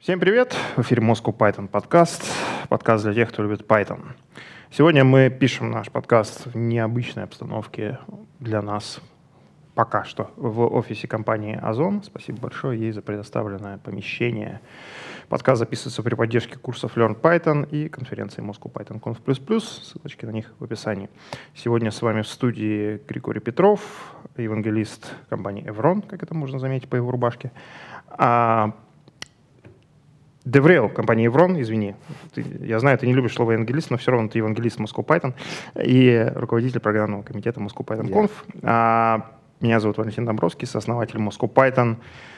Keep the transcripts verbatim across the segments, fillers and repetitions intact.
Всем привет! В эфире Moscow Python подкаст, подкаст для тех, кто любит Python. Сегодня мы пишем наш подкаст в необычной обстановке для нас пока что в офисе компании Озон. Спасибо большое ей за предоставленное помещение. Подкаст записывается при поддержке курсов Learn Python и конференции Moscow Python Conf плюс плюс. Ссылочки на них в описании. Сегодня с вами в студии Григорий Петров, евангелист компании Evron, как это можно заметить по его рубашке. А Деврел, компания Evron, извини, ты, я знаю, ты не любишь слово евангелист, но все равно ты евангелист Moscow Python и руководитель программного комитета Moscow Python Conf. Yeah. А, меня зовут Валентин Домбровский, сооснователь Moscow Python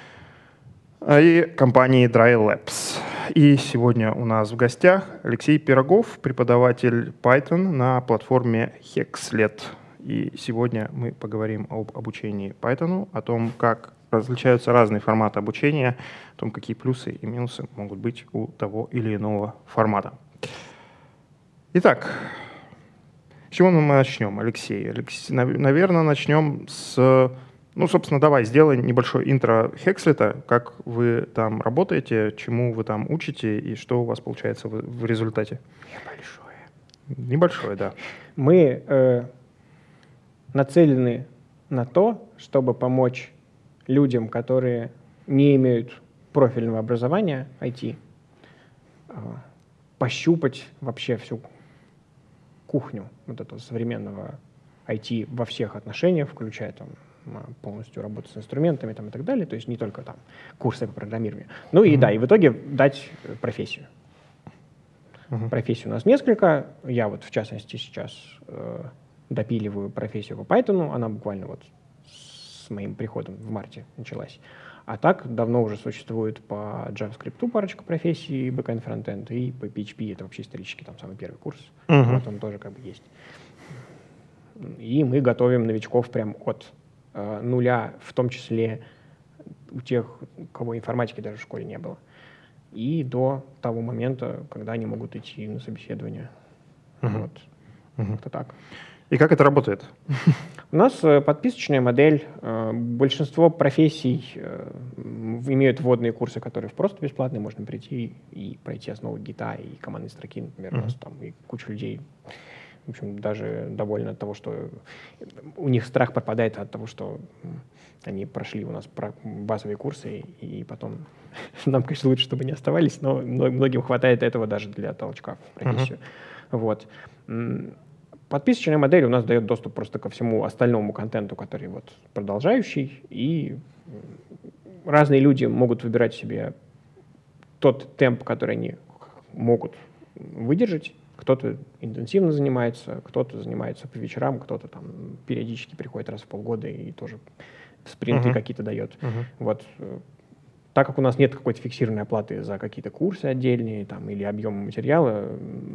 и компании Dry Labs. И сегодня у нас в гостях Алексей Пирогов, преподаватель Python на платформе Hexlet. И сегодня мы поговорим об обучении Python, о том, как различаются разные форматы обучения, о том, какие плюсы и минусы могут быть у того или иного формата. Итак, с чего мы начнем, Алексей? Алексей, наверное, начнем с... Ну, собственно, давай сделай небольшое интро Hexlet, как вы там работаете, чему вы там учите и что у вас получается в, в результате. Небольшое. Небольшое, да. Мы э, нацелены на то, чтобы помочь людям, которые не имеют профильного образования ай ти, пощупать вообще всю кухню вот этого современного ай ти во всех отношениях, включая там полностью работу с инструментами там, и так далее, то есть не только там курсы по программированию. Ну и mm-hmm. да, и в итоге дать профессию. Mm-hmm. Профессий у нас несколько. Я вот в частности сейчас э, допиливаю профессию по Python, она буквально вот с моим приходом в марте началась. А так давно уже существует по JavaScript парочка профессий, бэкэнд, фронтенд, и по пи эйч пи это вообще исторически там самый первый курс. Uh-huh. Вот он тоже как бы есть. И мы готовим новичков прям от э, нуля, в том числе у тех, у кого информатики даже в школе не было, и до того момента, когда они могут идти на собеседование. Uh-huh. Вот. Uh-huh. Это так. И как это работает? У нас подписочная модель. Большинство профессий имеют вводные курсы, которые просто бесплатные. Можно прийти и пройти основы гита и командной строки, например. Mm-hmm. У нас там и куча людей, в общем, даже довольны от того, что у них страх пропадает от того, что они прошли у нас базовые курсы, и потом нам, конечно, лучше, чтобы не оставались, но многим хватает этого даже для толчка в профессию. Mm-hmm. Вот. Подписочная модель у нас дает доступ просто ко всему остальному контенту, который вот продолжающий, и разные люди могут выбирать себе тот темп, который они могут выдержать. Кто-то интенсивно занимается, кто-то занимается по вечерам, кто-то там периодически приходит раз в полгода и тоже спринты uh-huh. какие-то дает. Uh-huh. Вот. Так как у нас нет какой-то фиксированной оплаты за какие-то курсы отдельные там, или объемы материала,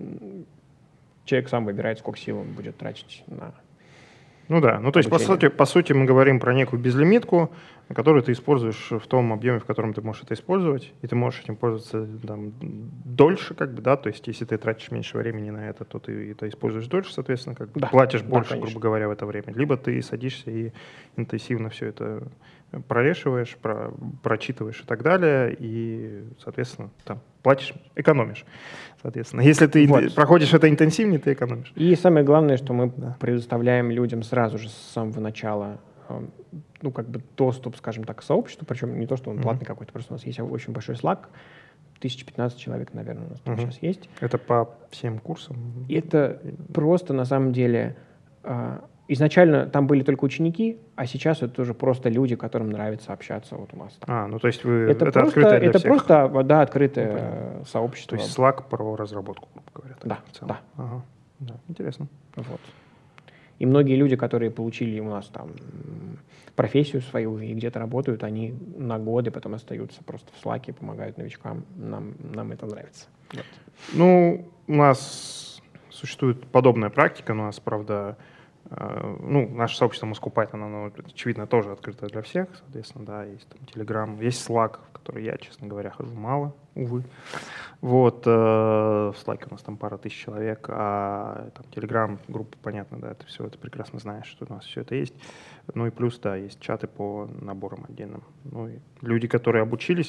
человек сам выбирает, сколько сил он будет тратить на Ну да, ну то есть по сути, по сути мы говорим про некую безлимитку, которую ты используешь в том объеме, в котором ты можешь это использовать, и ты можешь этим пользоваться там, дольше, как бы, да, то есть если ты тратишь меньше времени на это, то ты это используешь дольше, соответственно, как бы да, платишь да, больше, конечно. грубо говоря, в это время. Либо ты садишься и интенсивно все это прорешиваешь, про, прочитываешь и так далее, и, соответственно, там платишь, экономишь. Соответственно, если ты вот. проходишь это интенсивнее, ты экономишь. И самое главное, что мы да. предоставляем людям сразу же с самого начала ну, как бы доступ, скажем так, к сообществу, причем не то, что он mm-hmm. платный какой-то, просто у нас есть очень большой Slack, тысяча пятнадцать человек, наверное, у нас там mm-hmm. сейчас есть. Это по всем курсам? Это просто, на самом деле, изначально там были только ученики, а сейчас это уже просто люди, которым нравится общаться вот у нас. Там. А, ну то есть вы, это, это просто, открытое для это всех? просто, да, открытое ну, сообщество. То есть Slack про разработку, грубо говоря. Да, да. Ага. да. Интересно. Вот. И многие люди, которые получили у нас там профессию свою и где-то работают, они на годы потом остаются просто в Slack, помогают новичкам. Нам, нам это нравится. Вот. Ну, у нас существует подобная практика, но у нас, правда, э, ну, наше сообщество Moscow Python, оно, очевидно, тоже открыто для всех, соответственно, да, есть там Telegram, есть Slack, в который я, честно говоря, хожу мало, увы. Вот, э, в Slack у нас там пара тысяч человек, а там Telegram, группа, понятно, да, ты все это прекрасно знаешь, что у нас все это есть. Ну и плюс, да, есть чаты по наборам отдельным. Ну и люди, которые обучились,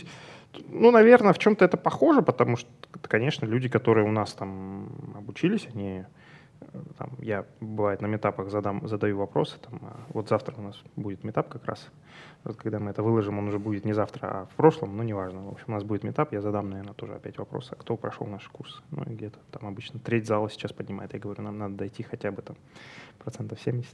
Ну, наверное, в чем-то это похоже, потому что, конечно, люди, которые у нас там обучились, они, там, я, бывает, на митапах задам, задаю вопросы, там, а вот завтра у нас будет митап как раз, вот когда мы это выложим, он уже будет не завтра, а в прошлом, ну, неважно, в общем, у нас будет митап, я задам, наверное, тоже опять вопросы, а кто прошел наш курс, ну, и где-то там обычно треть зала сейчас поднимает, я говорю, нам надо дойти хотя бы там процентов семьдесят.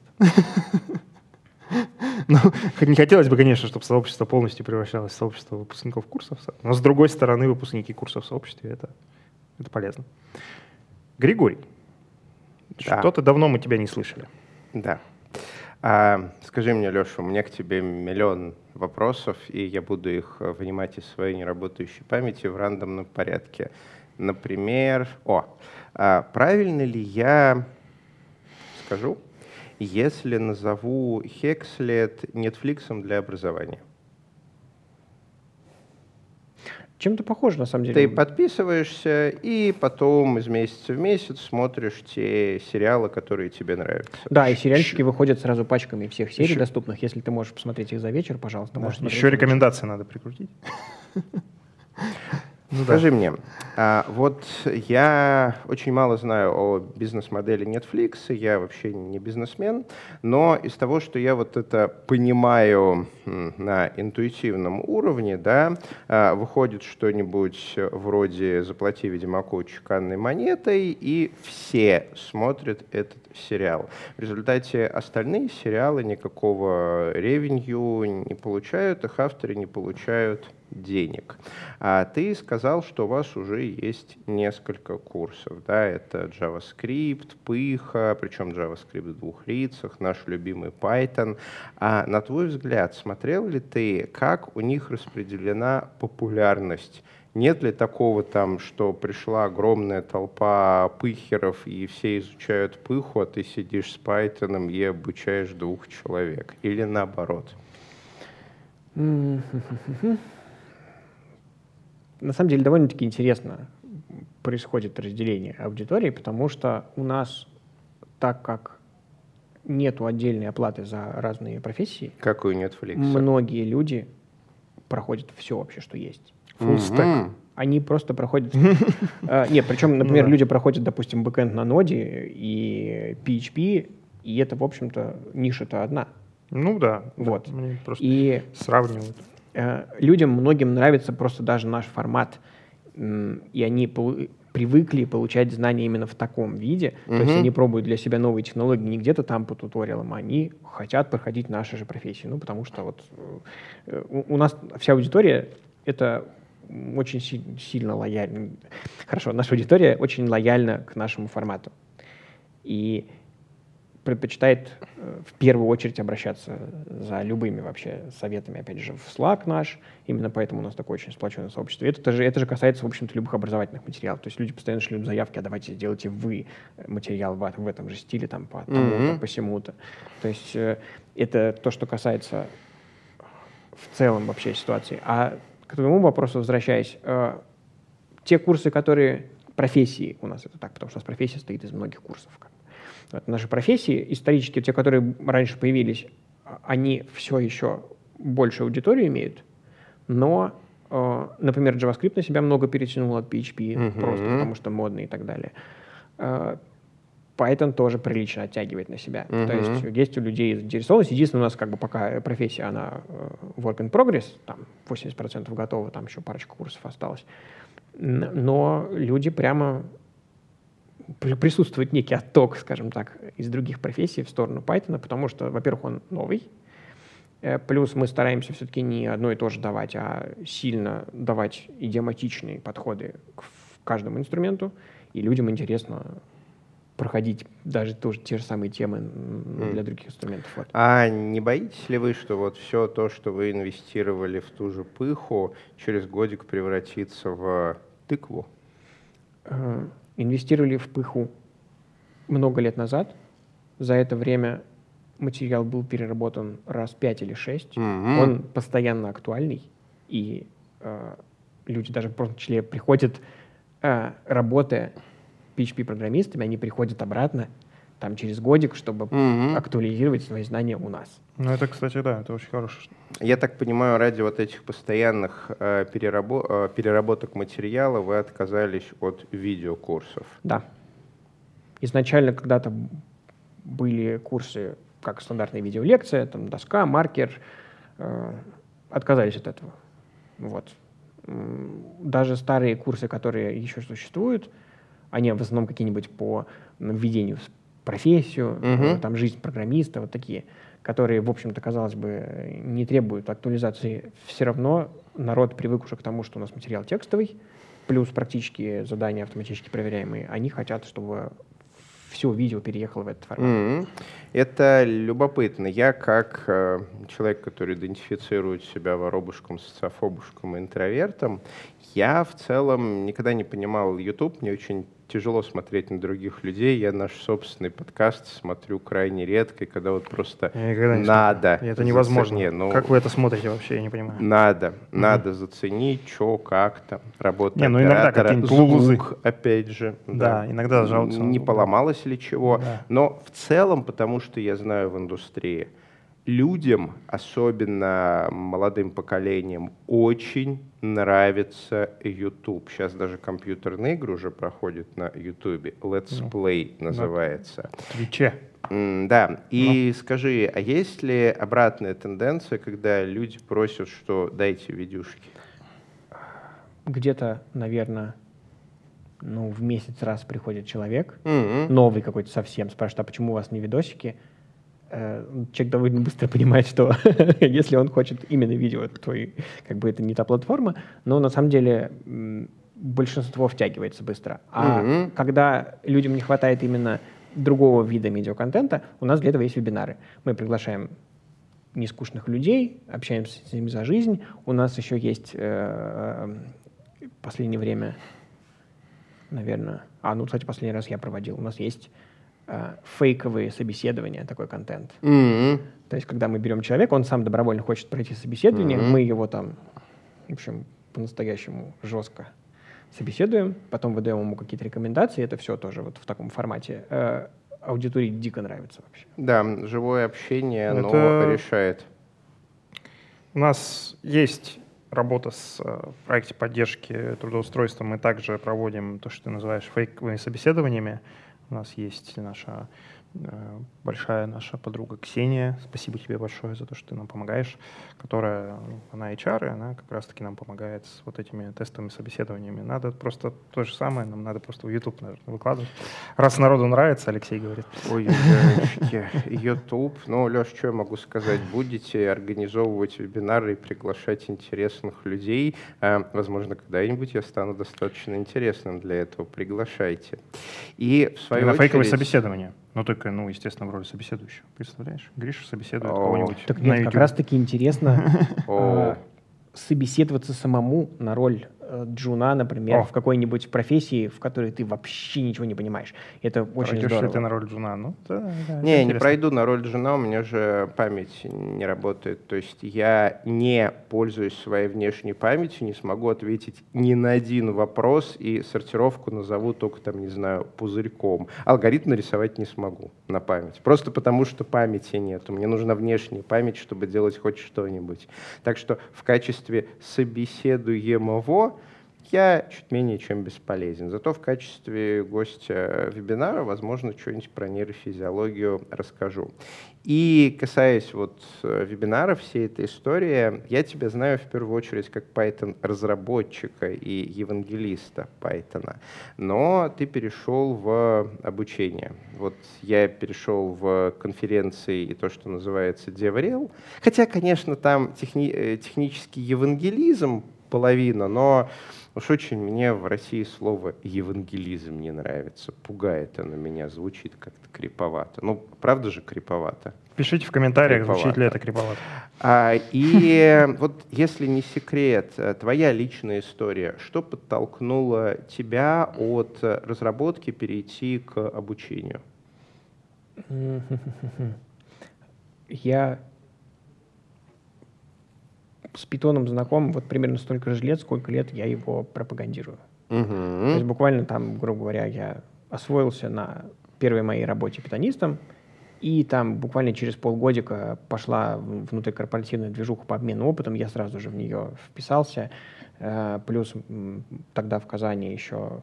Ну, не хотелось бы, конечно, чтобы сообщество полностью превращалось в сообщество выпускников курсов, но с другой стороны, выпускники курсов в сообществе это, это полезно. Григорий, да. Что-то давно мы тебя не слышали. Да. А, скажи мне, Леша, у меня к тебе миллион вопросов, и я буду их вынимать из своей неработающей памяти в рандомном порядке. Например, о, а правильно ли я скажу, если назову Hexlet Netflix'ом для образования? Чем-то похоже, на самом деле. Ты подписываешься и потом из месяца в месяц смотришь те сериалы, которые тебе нравятся. Да, и сериальчики выходят сразу пачками всех серий еще доступных. Если ты можешь посмотреть их за вечер, пожалуйста. Да, еще рекомендации надо прикрутить. Ну, Скажи да. мне, а, вот я очень мало знаю о бизнес-модели Netflix, я вообще не бизнесмен, но из того, что я вот это понимаю на интуитивном уровне, да, а, выходит что-нибудь вроде «Заплати Ведьмаку чеканной монетой», и все смотрят этот сериал. В результате остальные сериалы никакого ревенью не получают, их авторы не получают денег. А ты сказал, что у вас уже есть несколько курсов, да, это JavaScript, Пыха, причем JavaScript в двух лицах, наш любимый Python. А на твой взгляд, смотрел ли ты, как у них распределена популярность? Нет ли такого там, что пришла огромная толпа пыхеров и все изучают пыху, а ты сидишь с Python и обучаешь двух человек? Или наоборот? На самом деле довольно-таки интересно происходит разделение аудитории, потому что у нас, так как нету отдельной оплаты за разные профессии, как у Netflix, многие люди проходят все вообще, что есть. Full stack. Они просто проходят... Нет, причем, например, люди проходят, допустим, бэкэнд на ноде и пи эйч пи, и это, в общем-то, ниша-то одна. Ну да. Вот. Просто и сравнивают. Людям многим нравится просто даже наш формат, и они привыкли получать знания именно в таком виде. Mm-hmm. То есть они пробуют для себя новые технологии не где-то там по туториалам, они хотят проходить наши же профессии. Ну, потому что вот у нас вся аудитория — это очень си- сильно лояльна. Хорошо, наша аудитория очень лояльна к нашему формату. И предпочитает в первую очередь обращаться за любыми вообще советами, опять же, в Slack наш. Именно поэтому у нас такое очень сплоченное сообщество. И это же, это же касается, в общем-то, любых образовательных материалов. То есть люди постоянно шлют заявки, а давайте сделайте вы материал в, в этом же стиле, там, по тому-то, mm-hmm. по сему-то. То есть э, это то, что касается в целом вообще ситуации. А к твоему вопросу возвращаясь, э, те курсы, которые профессии у нас, это так, потому что у нас профессия стоит из многих курсов. Вот наши профессии, исторически, те, которые раньше появились, они все еще больше аудиторию имеют, но, э, например, JavaScript на себя много перетянул от пи эйч пи, uh-huh. просто потому что модный и так далее. Э, Python тоже прилично оттягивает на себя. Uh-huh. То есть есть у людей заинтересованность. Единственное, у нас как бы пока профессия, она work in progress, там восемьдесят процентов готова, там еще парочка курсов осталось. Но люди прямо... присутствует некий отток, скажем так, из других профессий в сторону Python, потому что, во-первых, он новый, плюс мы стараемся все-таки не одно и то же давать, а сильно давать идиоматичные подходы к каждому инструменту, и людям интересно проходить даже тоже те же самые темы mm. для других инструментов. Вот. А не боитесь ли вы, что вот все то, что вы инвестировали в ту же пыху, через годик превратится в тыкву? Uh, Инвестировали в пыху много лет назад. За это время материал был переработан раз пять или шесть. Mm-hmm. Он постоянно актуальный. И э, люди даже в том числе приходят, э, работая пи эйч пи-программистами, они приходят обратно там через годик, чтобы Mm-hmm. актуализировать свои знания у нас. Ну, это, кстати, да, это очень хорошо. Я так понимаю, ради вот этих постоянных э, перерабо- э, переработок материала вы отказались от видеокурсов. Да. Изначально когда-то были курсы, как стандартная видеолекция, там доска, маркер. Э, отказались от этого. Вот. Даже старые курсы, которые еще существуют, они в основном какие-нибудь по введению в профессию, Uh-huh. там жизнь программиста, вот такие, которые, в общем-то, казалось бы, не требуют актуализации. Все равно народ привык уже к тому, что у нас материал текстовый, плюс практические задания автоматически проверяемые. Они хотят, чтобы все видео переехало в этот формат. Mm-hmm. Это любопытно. Я как э, человек, который идентифицирует себя воробушком, социофобушком и интровертом, я в целом никогда не понимал YouTube. Мне очень тяжело смотреть на других людей. Я наш собственный подкаст смотрю крайне редко, и когда вот просто надо. Это невозможно. Зацени, ну, как вы это смотрите вообще, я не понимаю. Надо. Mm-hmm. Надо заценить, что, как там, работа не, ну, иногда оператора, звук, опять же. Да, да. иногда жалуются. Не поломалось ли чего. Да. Но в целом, потому что я знаю в индустрии, людям, особенно молодым поколениям, очень нравится YouTube. Сейчас даже компьютерные игры уже проходят на YouTube. Let's Play ну, называется. В Твиче. Mm, да. И ну. скажи, а есть ли обратная тенденция, когда люди просят, что дайте видюшки? Где-то, наверное, ну, в месяц раз приходит человек, mm-hmm. новый какой-то совсем, спрашивает, а почему у вас не видосики? Человек довольно быстро понимает, что если он хочет именно видео, то и, как бы это не та платформа, но на самом деле большинство втягивается быстро. А mm-hmm. когда людям не хватает именно другого вида видеоконтента, у нас для этого есть вебинары. Мы приглашаем нескучных людей, общаемся с ними за жизнь. У нас еще есть э, в последнее время, наверное... А, ну, кстати, последний раз я проводил. У нас есть фейковые собеседования, такой контент. Mm-hmm. То есть, когда мы берем человека, он сам добровольно хочет пройти собеседование, mm-hmm. мы его там, в общем, по-настоящему жестко собеседуем, потом выдаем ему какие-то рекомендации, это все тоже вот в таком формате. Э, аудитории дико нравится вообще. Да, живое общение, оно это... решает. У нас есть работа с в проекте поддержки трудоустройства, мы также проводим то, что ты называешь фейковыми собеседованиями. У нас есть наша э, большая наша подруга Ксения, спасибо тебе большое за то, что ты нам помогаешь, которая, она эйч ар, и она как раз-таки нам помогает с вот этими тестовыми собеседованиями. Надо просто то же самое, нам надо просто в YouTube, наверное, выкладывать. Раз народу нравится, Алексей говорит. Ой, YouTube. Ну, Леш, что я могу сказать? Будете организовывать вебинары и приглашать интересных людей. Возможно, когда-нибудь я стану достаточно интересным для этого. Приглашайте. И в свою на очередь... фейковое собеседование. Ну, только, ну, естественно, в роли собеседующего. Представляешь? Гриша собеседует О, кого-нибудь Так на нет, YouTube. как раз-таки интересно собеседоваться самому на роль джуна, например, О. в какой-нибудь профессии, в которой ты вообще ничего не понимаешь. Это очень Пройдешь здорово. ли ты на роль джуна? Ну, да, да, не, не интересно. пройду на роль джуна, у меня же память не работает. То есть я не пользуюсь своей внешней памятью, не смогу ответить ни на один вопрос и сортировку назову только, там, не знаю, пузырьком. Алгоритм нарисовать не смогу на память. Просто потому, что памяти нет. Мне нужна внешняя память, чтобы делать хоть что-нибудь. Так что в качестве собеседуемого я чуть менее чем бесполезен. Зато в качестве гостя вебинара, возможно, что-нибудь про нейрофизиологию расскажу. И касаясь вот вебинаров, всей этой истории, я тебя знаю в первую очередь как Python-разработчика и евангелиста Python. Но ты перешел в обучение. Вот я перешел в конференции и то, что называется DevRel. Хотя, конечно, там техни- технический евангелизм половина, но уж очень мне в России слово «евангелизм» не нравится. Пугает оно меня, звучит как-то криповато. Ну, правда же криповато? Пишите в комментариях, криповато. Звучит ли это криповато. А, и вот, если не секрет, твоя личная история, что подтолкнуло тебя от разработки перейти к обучению? Я с питоном знаком вот примерно столько же лет, сколько лет я его пропагандирую. Угу. То есть буквально там, грубо говоря, я освоился на первой моей работе питонистом, и там буквально через полгодика пошла внутрикорпоративная движуха по обмену опытом, я сразу же в нее вписался. Плюс тогда в Казани еще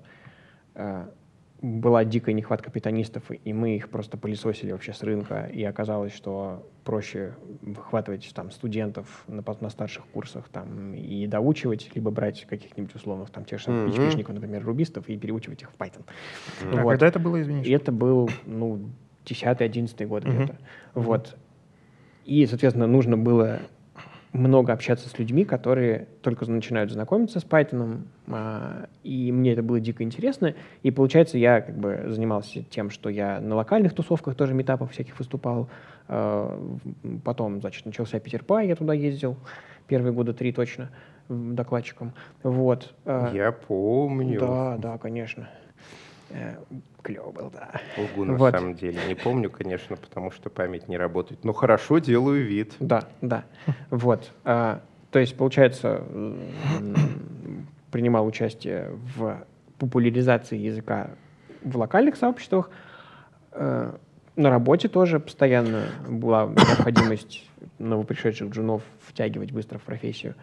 была дикая нехватка питонистов, и мы их просто пылесосили вообще с рынка, и оказалось, что проще выхватывать там студентов на, на старших курсах там, и доучивать, либо брать каких-нибудь условных, там, тех же mm-hmm. эйч пи-шников, например, рубистов, и переучивать их в Python. Mm-hmm. Вот. А когда это было, извините? И это был, ну, десятый-одиннадцатый год mm-hmm. где-то. Mm-hmm. Вот. И, соответственно, нужно было много общаться с людьми, которые только начинают знакомиться с Python, а, и мне это было дико интересно. И, получается, я как бы занимался тем, что я на локальных тусовках тоже митапов всяких выступал. А, потом, значит, начался Питерпай, я туда ездил первые года три точно докладчиком. Вот. Я помню. Да, да, конечно. Клево был, да. Угу, на вот. самом деле. Не помню, конечно, потому что память не работает. Но хорошо, делаю вид. Да, да. Вот. А, то есть, получается, принимал участие в популяризации языка в локальных сообществах. А, на работе тоже постоянно была необходимость новопришедших джунов втягивать быстро в профессию.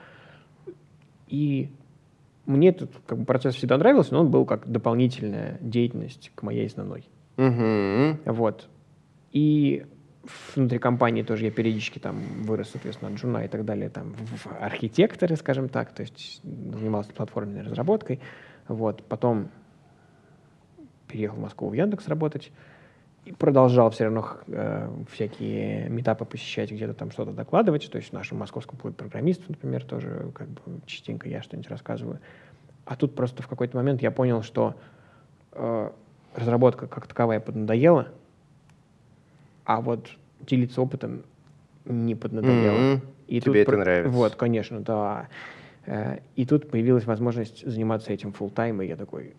И мне этот как бы, процесс всегда нравился, но он был как дополнительная деятельность к моей основной. Uh-huh. Вот. И внутри компании тоже я периодически там вырос, соответственно, от джуна и так далее, там, в архитекторы, скажем так, то есть занимался платформенной разработкой. Вот. Потом переехал в Москву в Яндекс работать и продолжал все равно э, всякие митапы посещать, где-то там что-то докладывать. То есть в нашем московском клубе программистов, например, тоже как бы частенько я что-нибудь рассказываю. А тут просто в какой-то момент я понял, что э, разработка как таковая поднадоела, а вот делиться опытом не поднадоело. Mm-hmm. И тебе это про... нравится? Вот, конечно, да. Э, и тут появилась возможность заниматься этим full-time, и я такой...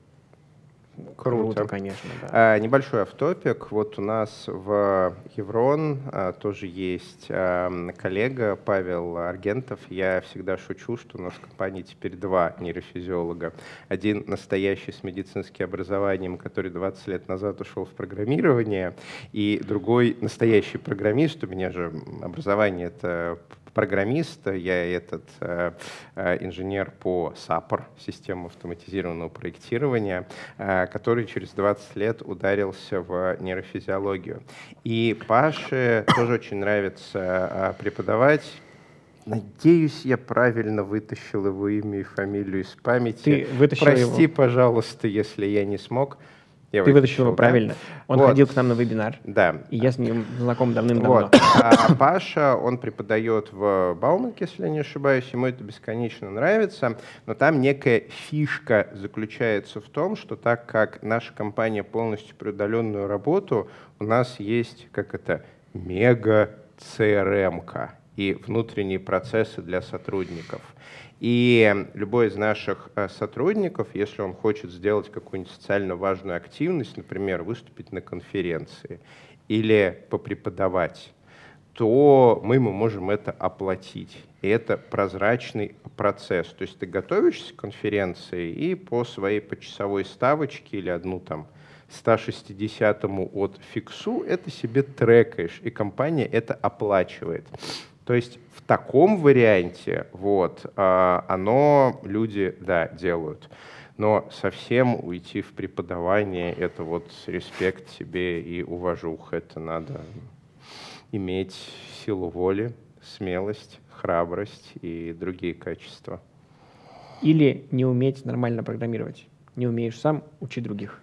Круто. Круто, конечно, да. А, небольшой автопик. Вот у нас в Еврон а, тоже есть а, коллега Павел Аргентов. Я всегда шучу, что у нас в компании теперь два нейрофизиолога. Один настоящий с медицинским образованием, который двадцать лет назад ушел в программирование, и другой настоящий программист. У меня же образование — это программист, я этот э, э, инженер по сапор, система автоматизированного проектирования, э, который через двадцать лет ударился в нейрофизиологию. И Паше тоже очень нравится э, преподавать. Надеюсь, я правильно вытащил его имя и фамилию из памяти. Ты вытащил Прости, его. пожалуйста, если я не смог. Я Ты вытащил его, да? Правильно. Он вот. ходил к нам на вебинар, да. и я с ним знаком давным-давно. Вот. А Паша, он преподает в Бауманке, если я не ошибаюсь, ему это бесконечно нравится, но там некая фишка заключается в том, что так как наша компания полностью при удаленную работу, у нас есть, как это, мега-си эр эм-ка и внутренние процессы для сотрудников. И любой из наших сотрудников, если он хочет сделать какую-нибудь социально важную активность, например, выступить на конференции или попреподавать, то мы ему можем это оплатить. И это прозрачный процесс. То есть ты готовишься к конференции и по своей почасовой ставочке или одну там сто шестидесятому от фиксу это себе трекаешь, и компания это оплачивает. То есть в таком варианте вот, оно люди, да, делают. Но совсем уйти в преподавание — это вот респект себе и уважуха. Это надо иметь силу воли, смелость, храбрость и другие качества. Или не уметь нормально программировать. Не умеешь сам, учи других.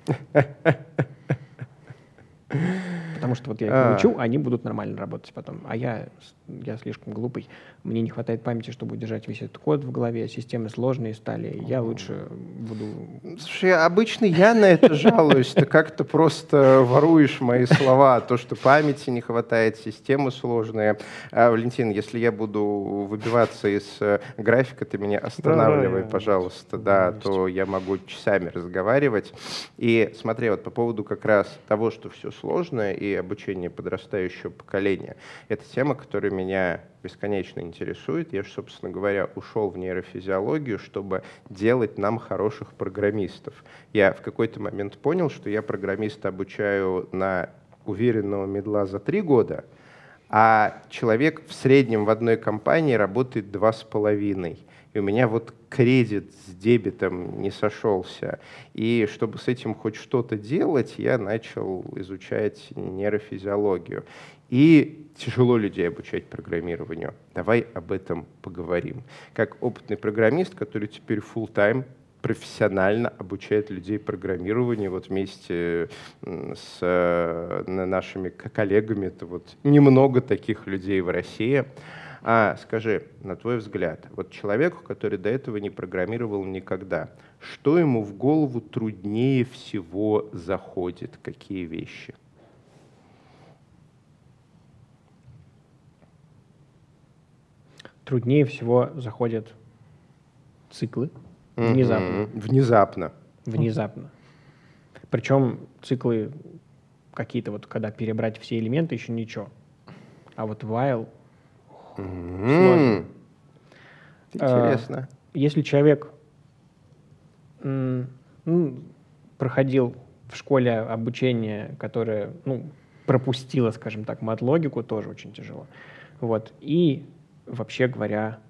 Потому что вот я их А. научу, они будут нормально работать потом. А я, я слишком глупый. Мне не хватает памяти, чтобы удержать весь этот код в голове. Системы сложные стали. Я лучше буду... Слушай, обычно я на это жалуюсь. Ты как-то просто воруешь мои слова. То, что памяти не хватает, системы сложные. А, Валентин, если я буду выбиваться из графика, ты меня останавливай, да, пожалуйста. Да, то я могу часами разговаривать. И смотри, вот по поводу как раз того, что все сложное и обучение подрастающего поколения. Это тема, которая меня бесконечно интересует. Я же, собственно говоря, ушел в нейрофизиологию, чтобы делать нам хороших программистов. Я в какой-то момент понял, что я программиста обучаю на уверенного медла за три года, а человек в среднем в одной компании работает два с половиной. И у меня вот кредит с дебетом не сошелся. И чтобы с этим хоть что-то делать, я начал изучать нейрофизиологию. И тяжело людей обучать программированию. Давай об этом поговорим. Как опытный программист, который теперь full-time профессионально обучает людей программированию вот вместе с нашими коллегами. Это вот немного таких людей в России. А скажи, на твой взгляд, вот человеку, который до этого не программировал никогда, что ему в голову труднее всего заходит? Какие вещи? Труднее всего заходят циклы. Внезапно. Mm-hmm. Внезапно. Внезапно. Причем циклы какие-то, вот когда перебрать все элементы, еще ничего. А вот while mm-hmm. Интересно. А, если человек м, ну, проходил в школе обучение, которое ну, пропустило, скажем так, мат-логику, тоже очень тяжело. Вот. И, вообще говоря,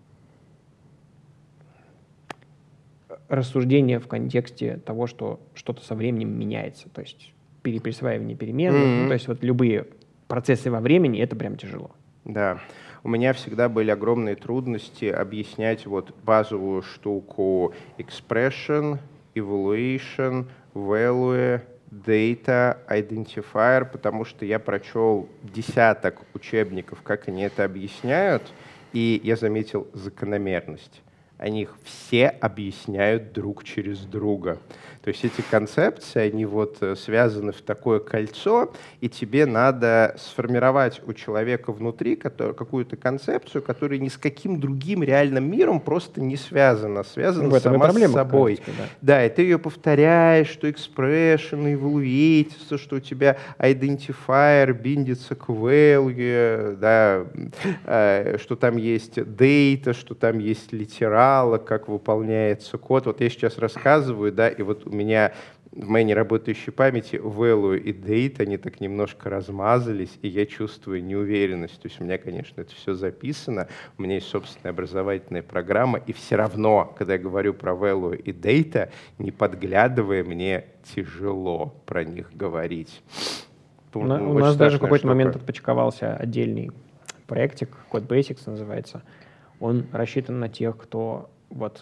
рассуждение в контексте того, что что-то со временем меняется, то есть переприсваивание переменных, mm-hmm. ну, то есть вот любые процессы во времени, это прям тяжело. Да. У меня всегда были огромные трудности объяснять вот базовую штуку expression, evaluation, value, data, identifier, потому что я прочел десяток учебников, как они это объясняют, и я заметил закономерность. Они их все объясняют друг через друга. То есть эти концепции, они вот связаны в такое кольцо, и тебе надо сформировать у человека внутри какую-то концепцию, которая ни с каким другим реальным миром просто не связана, связана ну, сама с собой. Кажется, да. да, и ты ее повторяешь, что expression, evaluate, что у тебя identifier биндится к value, да, что там есть data, что там есть литерал, как выполняется код. Вот я сейчас рассказываю, да, и вот у меня в моей неработающей памяти value и date, они так немножко размазались, и я чувствую неуверенность. То есть у меня, конечно, это все записано, у меня есть собственная образовательная программа, и все равно, когда я говорю про value и data, не подглядывая, мне тяжело про них говорить. У, ну, у нас даже в какой-то момент отпочковался отдельный проектик, Code Basics называется. Он рассчитан на тех, кто вот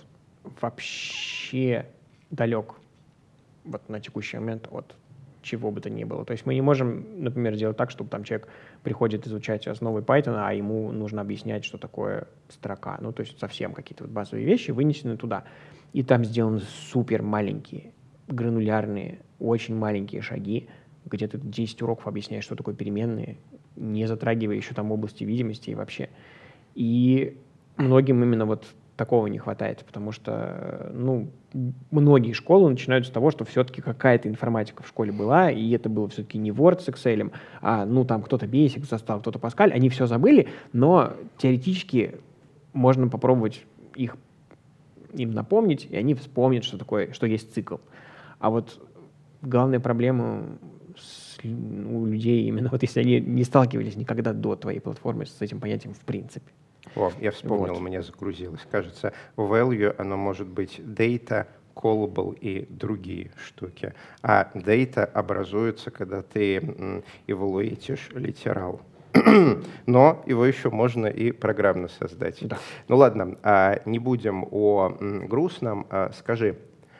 вообще далек вот на текущий момент от чего бы то ни было. То есть мы не можем, например, делать так, чтобы там человек приходит изучать основы Python, а ему нужно объяснять, что такое строка. Ну, то есть совсем какие-то вот базовые вещи вынесены туда. И там сделаны супер маленькие, гранулярные, очень маленькие шаги, где ты десять уроков объясняешь, что такое переменные, не затрагивая еще там области видимости и вообще. И многим именно вот такого не хватает, потому что, ну, многие школы начинают с того, что все-таки какая-то информатика в школе была, и это было все-таки не Word с Excel, а, ну, там кто-то Basic застал, кто-то Pascal, они все забыли, но теоретически можно попробовать их им напомнить, и они вспомнят, что такое, что есть цикл. А вот главная проблема с, у людей именно вот если они не сталкивались никогда до твоей платформы с этим понятием в принципе. О, я вспомнил, вот. У меня загрузилось. Кажется, value, оно может быть data, callable и другие штуки. А data образуется, когда ты эвалуируешь литерал. Но его еще можно и программно создать. Да. Ну ладно, не будем о грустном. Скажи,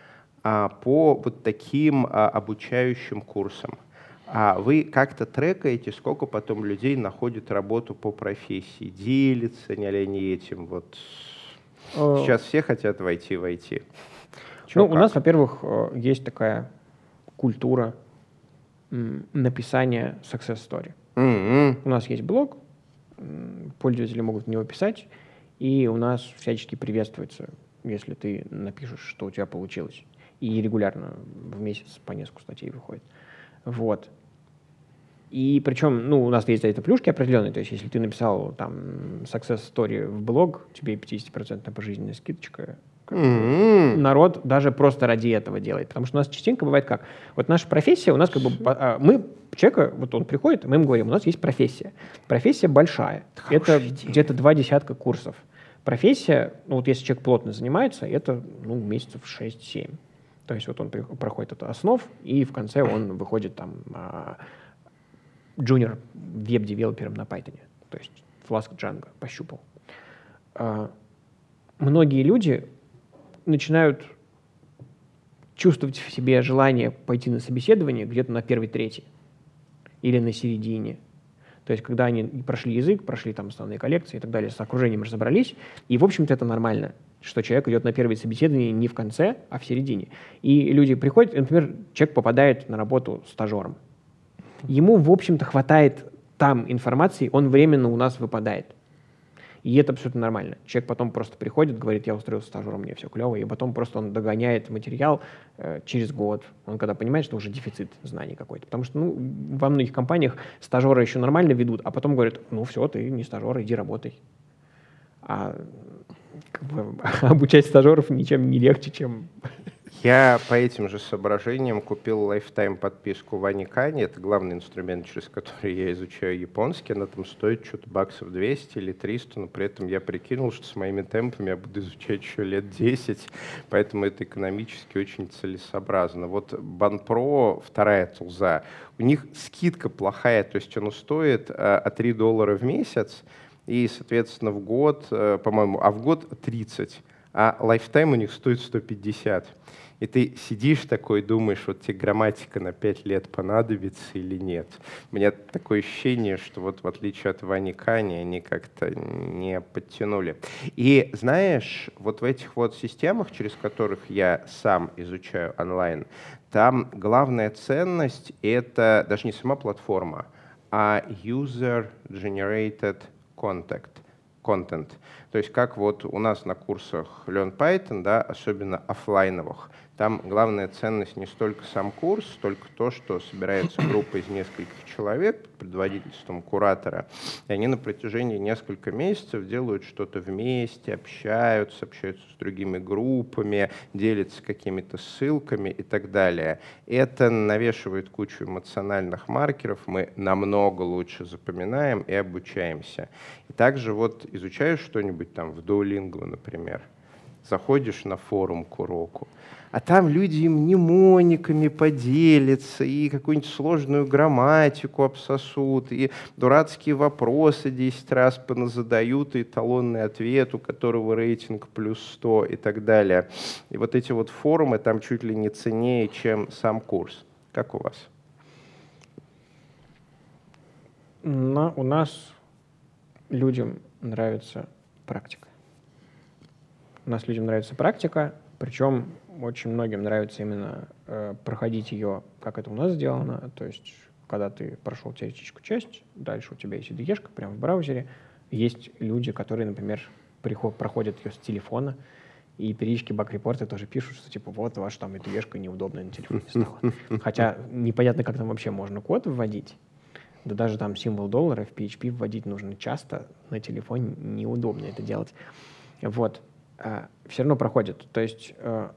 по вот таким обучающим курсам, а вы как-то трекаете, сколько потом людей находит работу по профессии? Делятся ли они этим? Вот сейчас все хотят войти в ай ти. Че, ну, как? У нас, во-первых, есть такая культура написания success story. Mm-hmm. У нас есть блог, пользователи могут в него писать, и у нас всячески приветствуется, если ты напишешь, что у тебя получилось. И регулярно в месяц по несколько статей выходит. Вот. И причем, ну, у нас есть за это плюшки определенные, то есть если ты написал там success story в блог, тебе пятьдесят процентов пожизненная скидочка. Mm-hmm. Народ даже просто ради этого делает. Потому что у нас частенько бывает как? Вот наша профессия, у нас как бы... Мы, человека, вот он приходит, мы ему говорим, у нас есть профессия. Профессия большая. Это где-то два десятка курсов. Профессия, ну вот если человек плотно занимается, это ну, месяцев шесть-семь. То есть вот он проходит это основ, и в конце он выходит там junior веб-девелопером на Python. То есть Flask Django пощупал. Многие люди начинают чувствовать в себе желание пойти на собеседование где-то на первой-третьей или на середине. То есть когда они прошли язык, прошли там основные коллекции и так далее, с окружением разобрались, и, в общем-то, это нормально, что человек идет на первое собеседование не в конце, а в середине. И люди приходят, и, например, человек попадает на работу стажером. Ему, в общем-то, хватает там информации, он временно у нас выпадает. И это абсолютно нормально. Человек потом просто приходит, говорит, я устроился стажером, мне все клево, и потом просто он догоняет материал э, через год. Он когда понимает, что уже дефицит знаний какой-то. Потому что ну, во многих компаниях стажеры еще нормально ведут, а потом говорят, ну все, ты не стажер, иди работай. А как бы, обучать стажеров ничем не легче, чем... Я по этим же соображениям купил lifetime подписку в Аникане. Это главный инструмент, через который я изучаю японский. Она там стоит что-то баксов двести или триста, но при этом я прикинул, что с моими темпами я буду изучать еще лет десять, поэтому это экономически очень целесообразно. Вот Банпро, вторая тулза, у них скидка плохая, то есть оно стоит а, три доллара в месяц, и, соответственно, в год, а, по-моему, а в год тридцать, а lifetime у них стоит сто пятьдесят. И ты сидишь такой, думаешь, вот тебе грамматика на пять лет понадобится или нет. У меня такое ощущение, что вот в отличие от Вани Кани, они как-то не подтянули. И знаешь, вот в этих вот системах, через которых я сам изучаю онлайн, там главная ценность — это даже не сама платформа, а user-generated content. Content. То есть как вот у нас на курсах Learn Python, да, особенно офлайновых, там главная ценность не столько сам курс, столько то, что собирается группа из нескольких человек под предводительством куратора, и они на протяжении нескольких месяцев делают что-то вместе, общаются, общаются с другими группами, делятся какими-то ссылками и так далее. Это навешивает кучу эмоциональных маркеров, мы намного лучше запоминаем и обучаемся. И также вот изучаешь что-нибудь там в Duolingo, например, заходишь на форум к уроку, а там люди им мнемониками поделятся, и какую-нибудь сложную грамматику обсосут, и дурацкие вопросы десять раз поназадают, и эталонный ответ, у которого рейтинг плюс сто и так далее. И вот эти вот форумы там чуть ли не ценнее, чем сам курс. Как у вас? На, у нас людям нравится практика. У нас людям нравится практика, причем очень многим нравится именно э, проходить ее, как это у нас сделано. То есть, когда ты прошел теоретическую часть, дальше у тебя есть ай ди и-шка прямо в браузере. Есть люди, которые, например, приход, проходят ее с телефона, и периодически баг-репорты тоже пишут, что типа вот ваша там ай ди и-шка неудобная на телефоне стала. Хотя непонятно, как там вообще можно код вводить. Да даже там символ доллара в пи эйч пи вводить нужно часто, на телефоне неудобно это делать. Вот. А, все равно проходит. То есть э,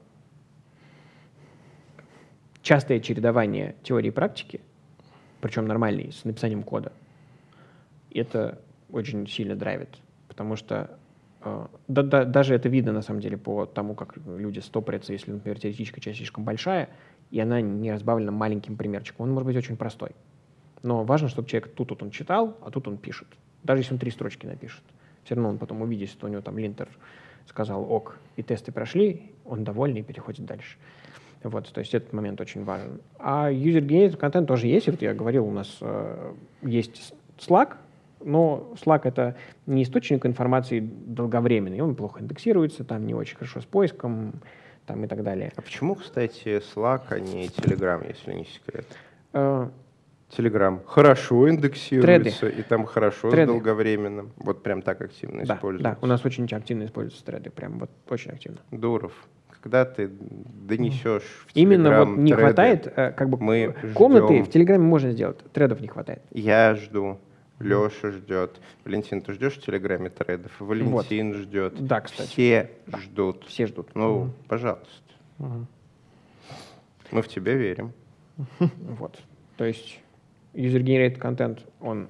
частое чередование теории и практики, причем нормальной, с написанием кода, это очень сильно драйвит. Потому что э, да, да, даже это видно, на самом деле, по тому, как люди стопорятся, если, например, теоретическая часть слишком большая, и она не разбавлена маленьким примерчиком. Он может быть очень простой. Но важно, чтобы человек тут, тут он читал, а тут он пишет. Даже если он три строчки напишет. Все равно он потом увидит, что у него там линтер сказал ок, и тесты прошли, он довольный и переходит дальше. Вот, то есть этот момент очень важен. А user-generated контент тоже есть. Вот я говорил, у нас э, есть Slack, но Slack — это не источник информации долговременный. Он плохо индексируется, там не очень хорошо с поиском там, и так далее. А почему, кстати, Slack, а не Telegram, если не секрет? Э, Telegram хорошо индексируется, треды. И там хорошо треды. С долговременным. Вот прям так активно да, используется. Да, у нас очень активно используются треды, прям вот очень активно. Дуров. когда ты донесешь в Именно Telegram вот не треды, хватает, как бы мы комнаты ждем. в Телеграме можно сделать, тредов не хватает. Я жду. Леша ждет. Валентин, ты ждешь в Телеграме тредов? Валентин вот. ждет. Да, кстати. Все да. ждут. Все ждут. Ну, угу. пожалуйста. Угу. Мы в тебя верим. Вот. То есть user-generated контент, он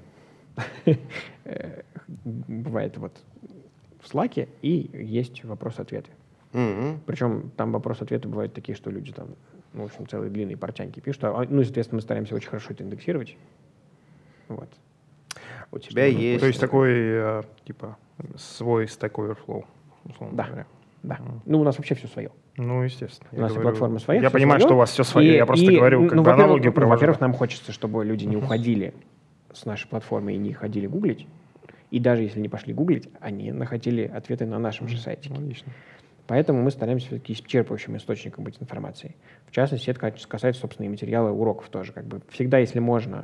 бывает вот в Slack, и есть вопрос-ответы. Mm-hmm. Причем там вопрос-ответы бывают такие, что люди там, ну, в общем, целые длинные портянки пишут. А, ну, и, соответственно, мы стараемся очень хорошо это индексировать. Вот. У тебя что, есть... То есть такой, типа, свой Stack Overflow, условно да. говоря. Да. Mm. Ну, у нас вообще все свое. Ну, естественно. У нас говорю, и платформа своя. Я понимаю, свое. что у вас все свое. И, я просто и, говорю, как ну, бы аналогию ну, провожу. Во-первых, нам хочется, чтобы люди не уходили с нашей платформы и не ходили гуглить. И даже если не пошли гуглить, они находили ответы на нашем же сайте. Логично. Поэтому мы стараемся все-таки исчерпывающим источником быть информацией. В частности, это касается, собственно, и материала уроков тоже. Как бы всегда, если можно,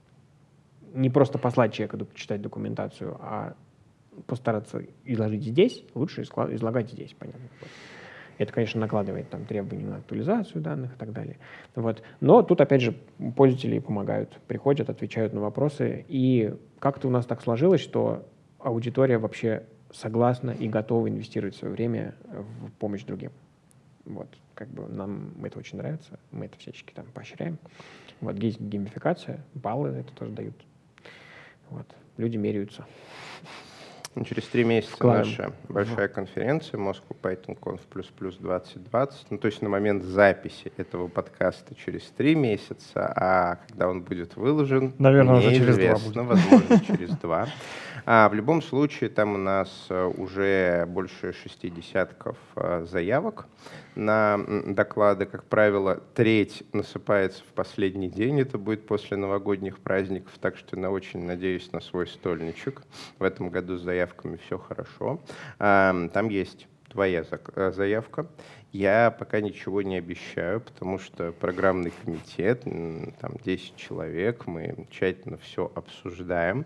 не просто послать человеку читать документацию, а постараться изложить здесь, лучше излагать здесь, понятно. Это, конечно, накладывает там требования на актуализацию данных и так далее. Вот. Но тут, опять же, пользователи помогают, приходят, отвечают на вопросы. И как-то у нас так сложилось, что аудитория вообще согласна и готова инвестировать свое время в помощь другим. Вот. Как бы нам это очень нравится, мы это всячески там поощряем. Вот. Есть геймификация, баллы это тоже дают. Вот. Люди меряются. Через три месяца Вкладываем. Наша большая конференция Moscow Python Conf плюс плюс двадцать двадцать. Ну, то есть на момент записи этого подкаста через три месяца, а когда он будет выложен, наверное, уже через два будет. Возможно, через два. А в любом случае, там у нас уже больше шести десятков заявок на доклады. Как правило, треть насыпается в последний день. Это будет после новогодних праздников. Так что я очень надеюсь на свой стольничек. В этом году с заявками все хорошо. Там есть твоя заявка. Я пока ничего не обещаю, потому что программный комитет, там десять человек, мы тщательно все обсуждаем.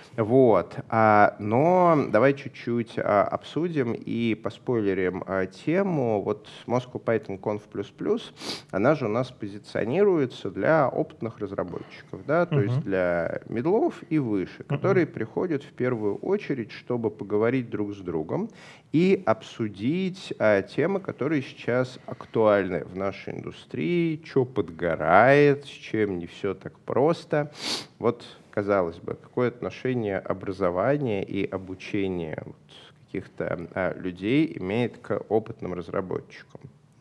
Вот. А, но давай чуть-чуть а, обсудим и поспойлерим а, тему. Вот Moscow Python Conf плюс плюс, она же у нас позиционируется для опытных разработчиков, да, то uh-huh. есть для мидлов и выше, uh-huh. которые приходят в первую очередь, чтобы поговорить друг с другом и обсудить а, темы, которые сейчас актуальны в нашей индустрии, что подгорает, с чем не все так просто. Вот, казалось бы, какое отношение образование и обучение вот каких-то а, людей имеет к опытным разработчикам.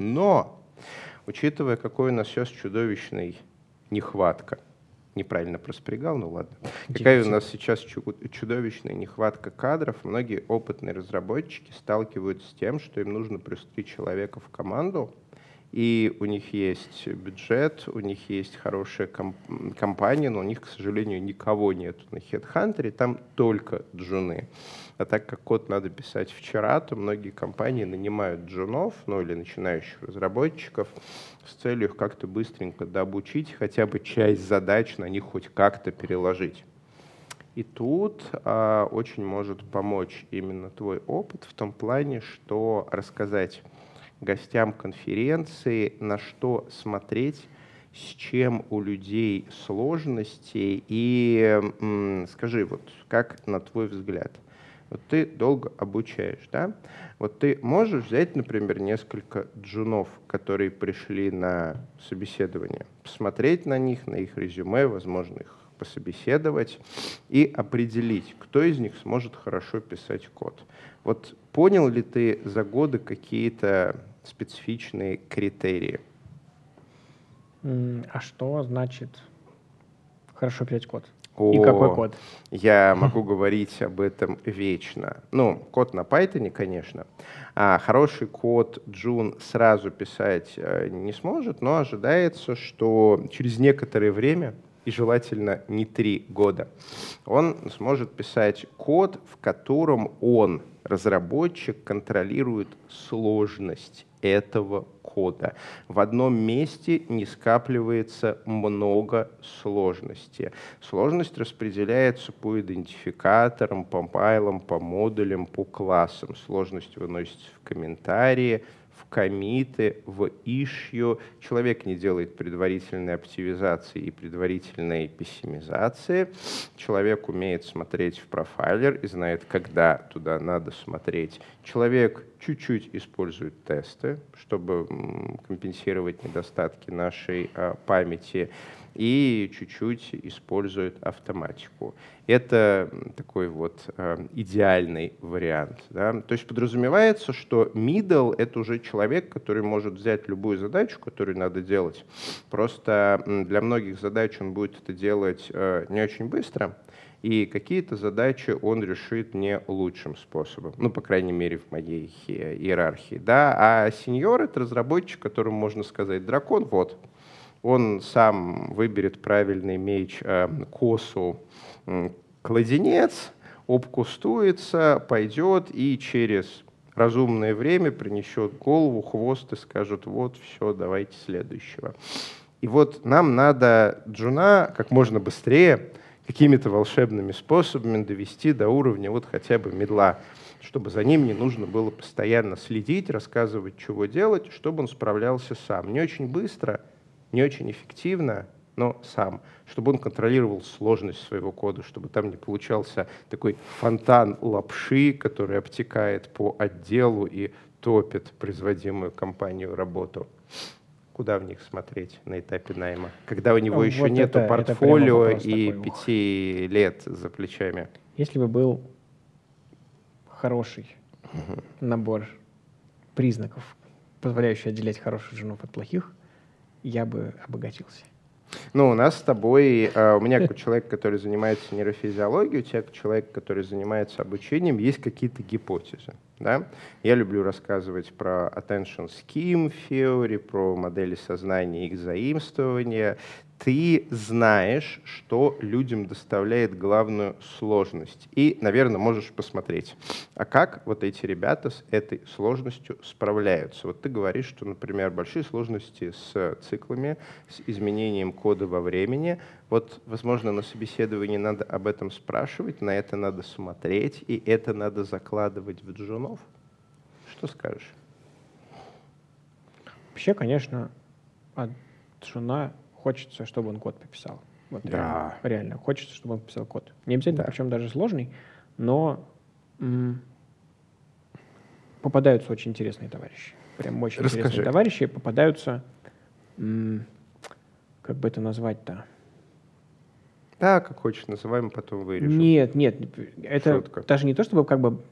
Но, учитывая, какой у нас сейчас чудовищный нехватка, неправильно проспрягал, ну ладно, какая у нас сейчас чудовищная нехватка кадров, многие опытные разработчики сталкиваются с тем, что им нужно плюс три человека в команду, и у них есть бюджет, у них есть хорошая комп- компания, но у них, к сожалению, никого нет на HeadHunter, там только джуны. А так как код надо писать вчера, то многие компании нанимают джунов, ну или начинающих разработчиков, с целью их как-то быстренько дообучить, хотя бы часть задач на них хоть как-то переложить. И тут а, очень может помочь именно твой опыт в том плане, что рассказать гостям конференции, на что смотреть, с чем у людей сложности. И м, скажи, вот как на твой взгляд, вот ты долго обучаешь, да? Вот ты можешь взять, например, несколько джунов, которые пришли на собеседование, посмотреть на них, на их резюме, возможно, их пособеседовать и определить, кто из них сможет хорошо писать код. Вот понял ли ты за годы какие-то специфичные критерии? А что значит хорошо писать код? О, и какой код? Я могу говорить об этом вечно. Ну, код на Python, конечно. А хороший код джун сразу писать не сможет, но ожидается, что через некоторое время, и желательно не три года, он сможет писать код, в котором он, разработчик, контролирует сложность этого кода. В одном месте не скапливается много сложности. Сложность распределяется по идентификаторам, по файлам, по модулям, по классам. Сложность выносится в комментарии, в коммиты, в issue. Человек не делает предварительной оптимизации и предварительной пессимизации. Человек умеет смотреть в профайлер и знает, когда туда надо смотреть. Человек чуть-чуть использует тесты, чтобы компенсировать недостатки нашей а, памяти, и чуть-чуть использует автоматику. Это такой вот э, идеальный вариант. Да? То есть подразумевается, что middle — это уже человек, который может взять любую задачу, которую надо делать. Просто для многих задач он будет это делать э, не очень быстро, и какие-то задачи он решит не лучшим способом, ну, по крайней мере, в моей иерархии. Да? А сеньор — это разработчик, которому можно сказать: дракон, вот. Он сам выберет правильный меч, э, косу, э, кладенец, обкустуется, пойдет и через разумное время принесет голову, хвост и скажет: вот, все, давайте следующего. И вот нам надо джуна как можно быстрее какими-то волшебными способами довести до уровня вот хотя бы мидла, чтобы за ним не нужно было постоянно следить, рассказывать, чего делать, чтобы он справлялся сам. Не очень быстро, не очень эффективно, но сам, чтобы он контролировал сложность своего кода, чтобы там не получался такой фонтан лапши, который обтекает по отделу и топит производимую компанию работу. Куда в них смотреть на этапе найма, когда у него вот еще это, нету портфолио и такой, пяти лет за плечами? Если бы был хороший угу. набор признаков, позволяющий отделять хороших женов от плохих, я бы обогатился. Ну, у нас с тобой, uh, у меня как человек, который занимается нейрофизиологией, у тебя как человек, который занимается обучением, есть какие-то гипотезы. Да? Я люблю рассказывать про attention scheme theory, про модели сознания и их заимствования. Ты знаешь, что людям доставляет главную сложность. И, наверное, можешь посмотреть, а как вот эти ребята с этой сложностью справляются. Вот ты говоришь, что, например, большие сложности с циклами, с изменением кода во времени. Вот, возможно, на собеседовании надо об этом спрашивать, на это надо смотреть, и это надо закладывать в джунов. Что скажешь? Вообще, конечно, от джуна хочется, чтобы он код пописал. Вот да. реально, реально. Хочется, чтобы он пописал код. Не обязательно, да. причем даже сложный, но м- попадаются очень интересные товарищи. Прям очень Расскажи. интересные товарищи попадаются, м- как бы это назвать-то? Да, как хочешь, называем, потом вырежем. Нет, нет, это Шутка. Даже не то, чтобы как бы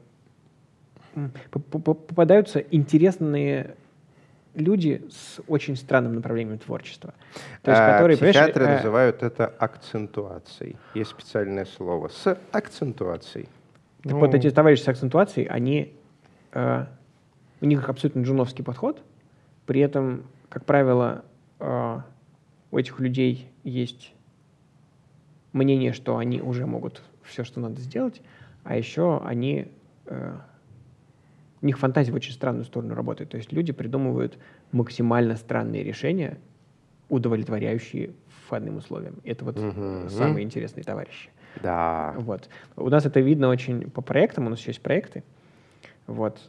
попадаются интересные люди с очень странным направлением творчества. То есть, а, которые, психиатры а... называют это акцентуацией. Есть специальное слово с акцентуацией. Так ну... вот эти товарищи с акцентуацией, они, э, у них абсолютно джуновский подход, при этом, как правило, э, у этих людей есть мнение, что они уже могут все, что надо сделать, а еще они... Э, у них фантазия в очень странную сторону работает. То есть люди придумывают максимально странные решения, удовлетворяющие входным условиям. Это вот mm-hmm. самые интересные товарищи. Да. Вот. У нас это видно очень по проектам. У нас еще есть проекты. Вот.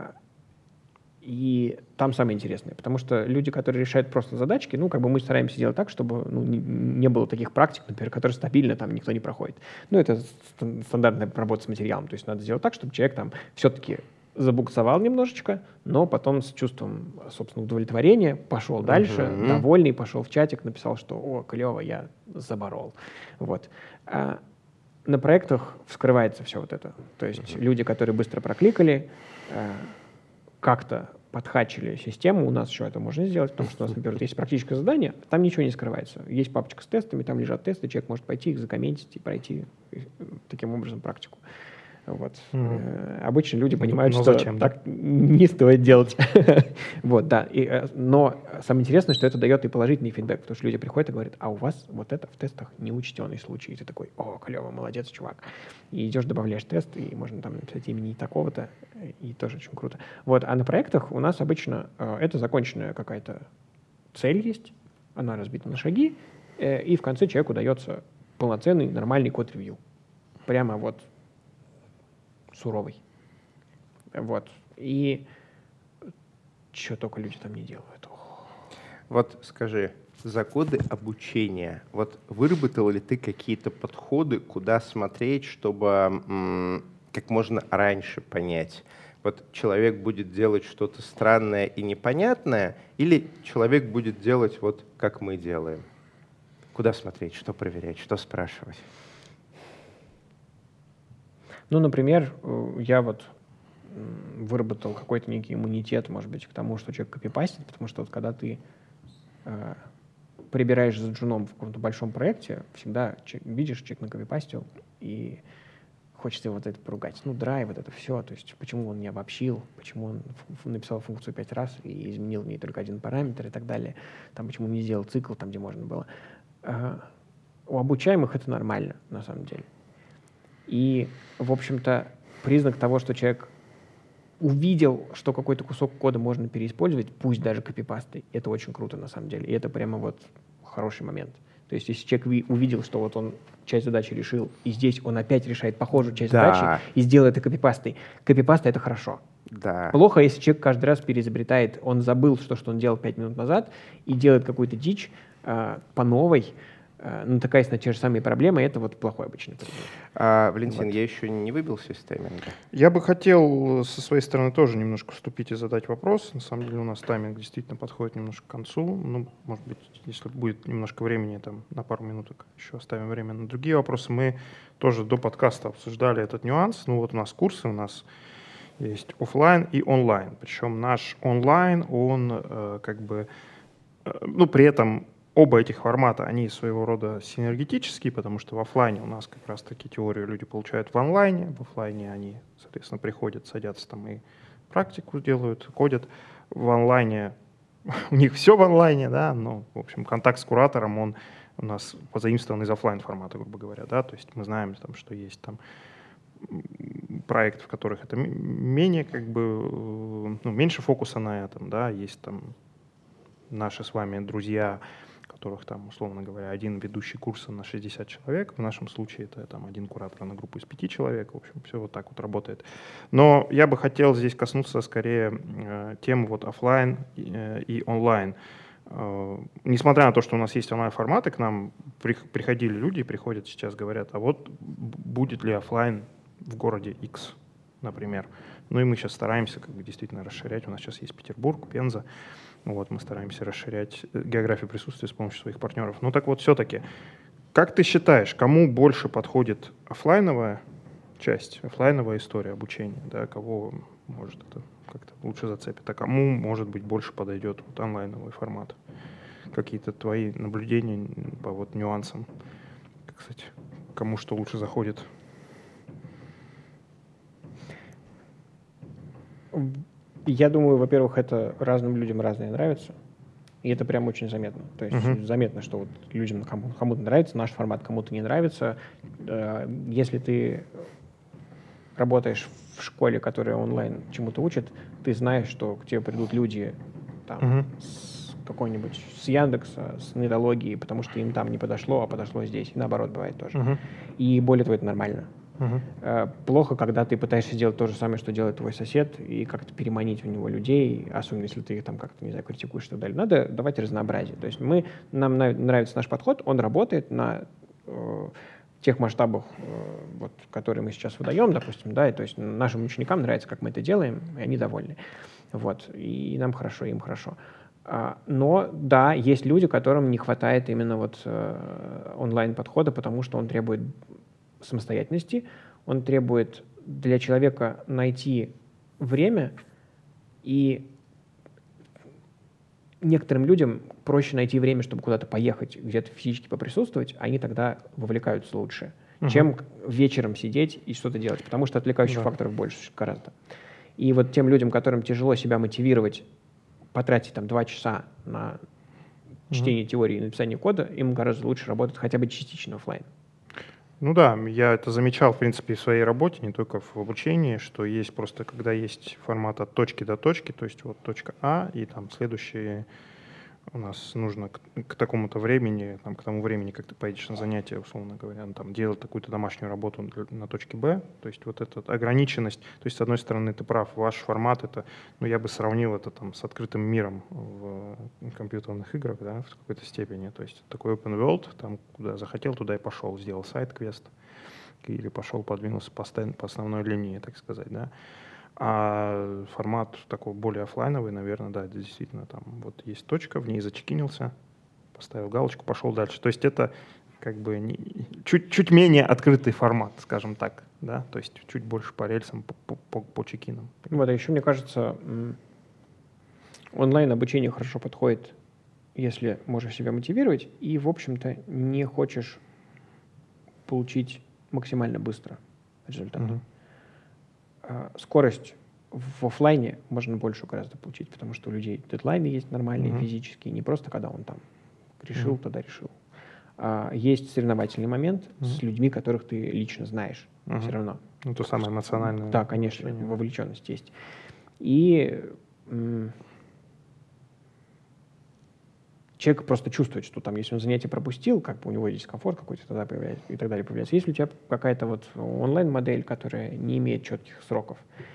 И там самое интересное. Потому что люди, которые решают просто задачки, ну, как бы мы стараемся делать так, чтобы ну, не, не было таких практик, например, которые стабильно там никто не проходит. Ну, это стандартная работа с материалом. То есть надо сделать так, чтобы человек там все-таки забуксовал немножечко, но потом с чувством, собственно, удовлетворения пошел дальше, uh-huh. довольный, пошел в чатик, написал, что «О, клево, я заборол». Вот. А на проектах вскрывается все вот это. То есть uh-huh. люди, которые быстро прокликали, как-то подхачили систему, у нас еще это можно сделать, потому что у нас, например, есть практическое задание, там ничего не скрывается. Есть папочка с тестами, там лежат тесты, человек может пойти их закомментить и пройти таким образом практику. Вот. Mm. Обычно люди понимают, но что зачем, так да? не стоит делать. Вот, да. И, но самое интересное, что это дает и положительный фидбэк, потому что люди приходят и говорят, а у вас вот это в тестах неучтенный случай. И ты такой, о, клево, молодец, чувак. И идешь, добавляешь тест, и можно там написать имени такого-то, и тоже очень круто. Вот. А на проектах у нас обычно э, это законченная какая-то цель есть, она разбита на шаги, э, и в конце человеку дается полноценный, нормальный код-ревью. Прямо вот суровый. Вот. И что только люди там не делают. Ох. Вот скажи, за годы обучения, вот выработал ли ты какие-то подходы, куда смотреть, чтобы м, как можно раньше понять? Вот человек будет делать что-то странное и непонятное, или человек будет делать вот как мы делаем? Куда смотреть, что проверять, что спрашивать? Ну, например, я вот выработал какой-то некий иммунитет, может быть, к тому, что человек копипастит, потому что вот когда ты э, прибираешь за джуном в каком-то большом проекте, всегда человек, видишь, человек накопипастил, и хочется вот это поругать. Ну, драйв, вот это все, то есть почему он не обобщил, почему он написал функцию пять раз и изменил в ней только один параметр и так далее, там, почему не сделал цикл там, где можно было. Uh, у обучаемых это нормально, на самом деле. И, в общем-то, признак того, что человек увидел, что какой-то кусок кода можно переиспользовать, пусть даже копипастой, это очень круто, на самом деле. И это прямо вот хороший момент. То есть, если человек увидел, что вот он часть задачи решил, и здесь он опять решает похожую часть да. задачи и сделает это копипастой, копипаста — это хорошо. Да. Плохо, если человек каждый раз переизобретает, он забыл, что, что он делал пять минут назад, и делает какую-то дичь э, по новой, э, натыкаясь на те же самые проблемы, это вот плохой обычный пример. А, Валентин, вот. Я еще не выбился из тайминга. Я бы хотел со своей стороны тоже немножко вступить и задать вопрос. На самом деле у нас тайминг действительно подходит немножко к концу. Ну, может быть, если будет немножко времени, там, на пару минуток еще оставим время на другие вопросы. Мы тоже до подкаста обсуждали этот нюанс. Ну вот у нас курсы, у нас есть офлайн и онлайн. Причем наш онлайн, он э, как бы, э, ну, при этом оба этих формата, они своего рода синергетические, потому что в офлайне у нас как раз-таки теорию люди получают в онлайне, в офлайне они, соответственно, приходят, садятся там и практику делают, кодят. В онлайне у них все в онлайне, да, но, в общем, контакт с куратором, он у нас позаимствован из офлайн формата, грубо говоря, да, то есть мы знаем, там, что есть там проекты, в которых это менее, как бы, ну, меньше фокуса на этом, да, есть там наши с вами друзья, которых там, условно говоря, один ведущий курса на шестьдесят человек, в нашем случае это там один куратор на группу из пяти человек, в общем, все вот так вот работает. Но я бы хотел здесь коснуться скорее э, темы вот офлайн и, э, и онлайн. Э, несмотря на то, что у нас есть онлайн-форматы, к нам при, приходили люди, приходят сейчас, говорят, а вот будет ли офлайн в городе X, например. Ну и мы сейчас стараемся как бы действительно расширять. У нас сейчас есть Петербург, Пенза. Вот, мы стараемся расширять географию присутствия с помощью своих партнеров. Ну так вот, все-таки, как ты считаешь, кому больше подходит офлайновая часть, офлайновая история обучения, да, кого может это как-то лучше зацепит, а кому, может быть, больше подойдет вот онлайновый формат? Какие-то твои наблюдения по вот нюансам, кстати, кому что лучше заходит? Я думаю, во-первых, это разным людям разное нравится, и это прям очень заметно. То есть uh-huh. заметно, что вот людям кому- кому-то нравится наш формат, кому-то не нравится. Если ты работаешь в школе, которая онлайн чему-то учит, ты знаешь, что к тебе придут люди там, uh-huh. с какой-нибудь, с Яндекса, с нетологии, потому что им там не подошло, а подошло здесь. И наоборот бывает тоже. Uh-huh. И более того, это нормально. Uh-huh. Плохо, когда ты пытаешься сделать то же самое, что делает твой сосед, и как-то переманить у него людей, особенно если ты их там как-то, не знаю, критикуешь и так далее. Надо давать разнообразие. То есть мы, нам нравится наш подход, он работает на э, тех масштабах, э, вот, которые мы сейчас выдаем, допустим, да, и, то есть нашим ученикам нравится, как мы это делаем, и они довольны. Вот, и нам хорошо, и им хорошо. А, но, да, есть люди, которым не хватает именно вот э, онлайн-подхода, потому что он требует самостоятельности, он требует для человека найти время, и некоторым людям проще найти время, чтобы куда-то поехать, где-то физически поприсутствовать, они тогда вовлекаются лучше, uh-huh. чем вечером сидеть и что-то делать, потому что отвлекающих uh-huh. факторов больше гораздо. И вот тем людям, которым тяжело себя мотивировать, потратить там два часа на чтение uh-huh. теории и написание кода, им гораздо лучше работать хотя бы частично офлайн. Ну да, я это замечал, в принципе, в своей работе, не только в обучении, что есть просто, когда есть формат от точки до точки, то есть вот точка А и там следующие у нас нужно к, к такому-то времени, там, к тому времени, как ты поедешь на занятия, условно говоря, ну, там, делать такую-то домашнюю работу для, на точке Б. То есть вот эта ограниченность. То есть, с одной стороны, ты прав, ваш формат, это, ну, я бы сравнил это там с открытым миром в компьютерных играх, да, в какой-то степени. То есть такой open world, там, куда захотел, туда и пошел, сделал сайт-квест или пошел, подвинулся по, стен, по основной линии, так сказать, да. А формат такой более офлайновый, наверное, да, действительно, там вот есть точка, в ней зачекинился, поставил галочку, пошел дальше. То есть это как бы не, чуть, чуть менее открытый формат, скажем так, да, то есть чуть больше по рельсам, по, по, по чекинам. Вот, а еще, мне кажется, онлайн-обучение хорошо подходит, если можешь себя мотивировать и, в общем-то, не хочешь получить максимально быстро результат. Угу. Скорость в офлайне можно больше гораздо получить, потому что у людей дедлайны есть нормальные, mm-hmm. физические, не просто когда он там решил, mm-hmm. тогда решил. А есть соревновательный момент mm-hmm. с людьми, которых ты лично знаешь, mm-hmm. все равно. Ну, то самое эмоциональное. Да, конечно, отношение. Вовлеченность есть. И м- человек просто чувствует, что там, если он занятие пропустил, как бы у него есть дискомфорт какой-то тогда появляется, и так далее появляется. Если у тебя какая-то вот онлайн-модель, которая не имеет четких сроков,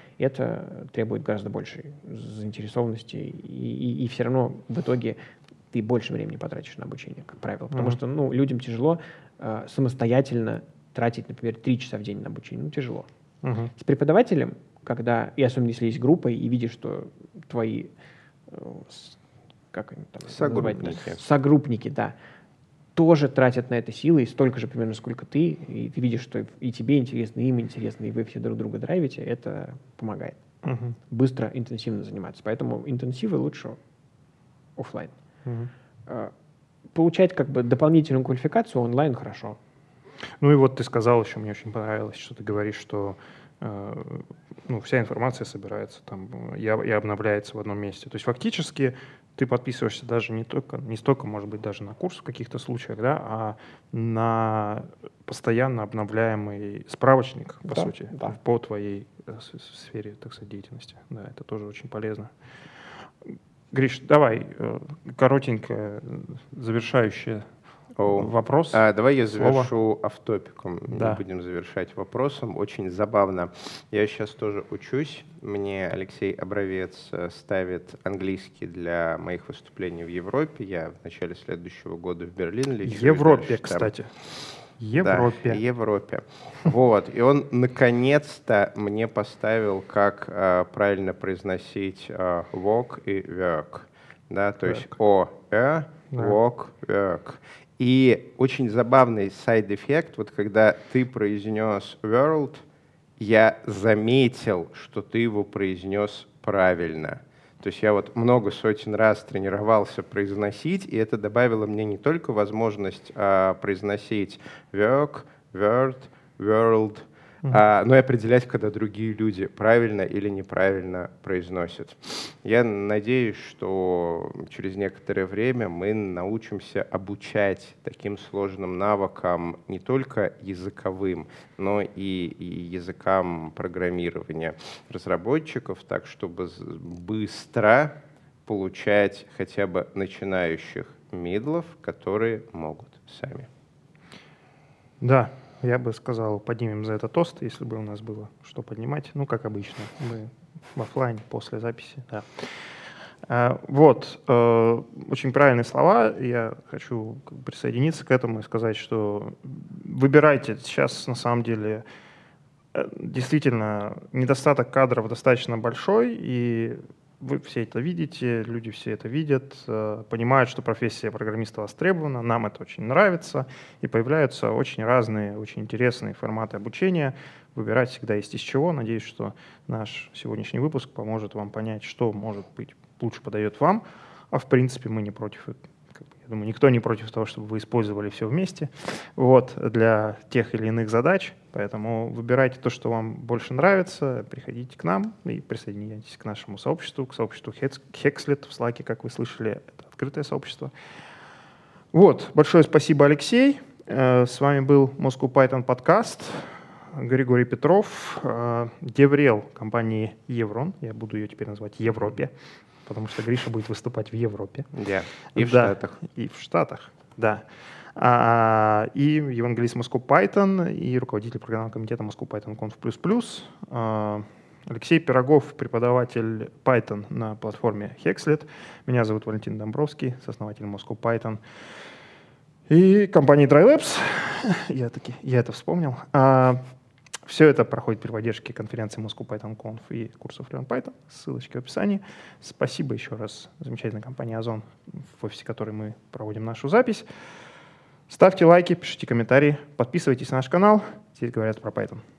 это требует гораздо большей заинтересованности, и, и, и все равно в итоге ты больше времени потратишь на обучение, как правило. Потому mm-hmm. что ну, людям тяжело э, самостоятельно тратить, например, три часа в день на обучение. Ну, тяжело. Mm-hmm. С преподавателем, когда, и особенно если есть группа, и видишь, что твои... Э, как они там согруппники. Да? Согруппники, да, тоже тратят на это силы, и столько же примерно, сколько ты, и ты видишь, что и тебе интересно, и им интересно, и вы все друг друга драйвите, это помогает. Uh-huh. Быстро, интенсивно заниматься. Поэтому интенсивы лучше офлайн. Uh-huh. Получать как бы дополнительную квалификацию онлайн хорошо. Ну и вот ты сказал еще, мне очень понравилось, что ты говоришь, что э, ну, вся информация собирается там и, и обновляется в одном месте. То есть фактически ты подписываешься даже не только, не столько, может быть, даже на курс в каких-то случаях, да, а на постоянно обновляемый справочник, по да, сути, да. по твоей сфере, так сказать, деятельности. Да, это тоже очень полезно. Гриш, давай коротенько завершающее О, вопрос. А, давай я завершу офф-топиком. Да. Не будем завершать вопросом. Очень забавно. Я сейчас тоже учусь. Мне Алексей Обровец ставит английский для моих выступлений в Европе. Я в начале следующего года в Берлин лечу. Европе, кстати. Европе. Да, Европе. Вот. И он наконец-то мне поставил, как а, правильно произносить а, walk и work. Да, то work. есть о, э, walk, work. И очень забавный сайд-эффект, вот когда ты произнес world, я заметил, что ты его произнес правильно. То есть я вот много сотен раз тренировался произносить, и это добавило мне не только возможность а, произносить work, word, world, mm-hmm. а, но и определять, когда другие люди правильно или неправильно произносят. Я надеюсь, что через некоторое время мы научимся обучать таким сложным навыкам не только языковым, но и, и языкам программирования разработчиков, так чтобы быстро получать хотя бы начинающих мидлов, которые могут сами. Да. Я бы сказал, поднимем за это тост, если бы у нас было что поднимать. Ну, как обычно, мы в офлайне после записи. Да. А, вот, э, очень правильные слова. Я хочу присоединиться к этому и сказать, что выбирайте. Сейчас, на самом деле, действительно, недостаток кадров достаточно большой, и вы все это видите, люди все это видят, понимают, что профессия программиста востребована, нам это очень нравится, и появляются очень разные, очень интересные форматы обучения. Выбирать всегда есть из чего. Надеюсь, что наш сегодняшний выпуск поможет вам понять, что, может быть, лучше подойдет вам, а в принципе мы не против. Я думаю, никто не против того, чтобы вы использовали все вместе вот, для тех или иных задач. Поэтому выбирайте то, что вам больше нравится, приходите к нам и присоединяйтесь к нашему сообществу, к сообществу Hexlet в Slack, как вы слышали, это открытое сообщество. Вот, большое спасибо, Алексей. С вами был Moscow Python подкаст. Григорий Петров, Деврел компании Еврон, я буду ее теперь называть Европе. потому что Гриша будет выступать в Европе. Yeah. И в да, Штатах. И в Штатах, да. А, и евангелист Moscow Python, и руководитель программного комитета Moscow Python Conf++. А, Алексей Пирогов, преподаватель Python на платформе Hexlet. Меня зовут Валентин Домбровский, сооснователь Moscow Python. И компании DryLabs. Я, таки, я это вспомнил. А, все это проходит при поддержке конференции Moscow Python Conf и курсов Learn Python. Ссылочки в описании. Спасибо еще раз замечательной компании Озон, в офисе которой мы проводим нашу запись. Ставьте лайки, пишите комментарии, подписывайтесь на наш канал. Здесь говорят про Python.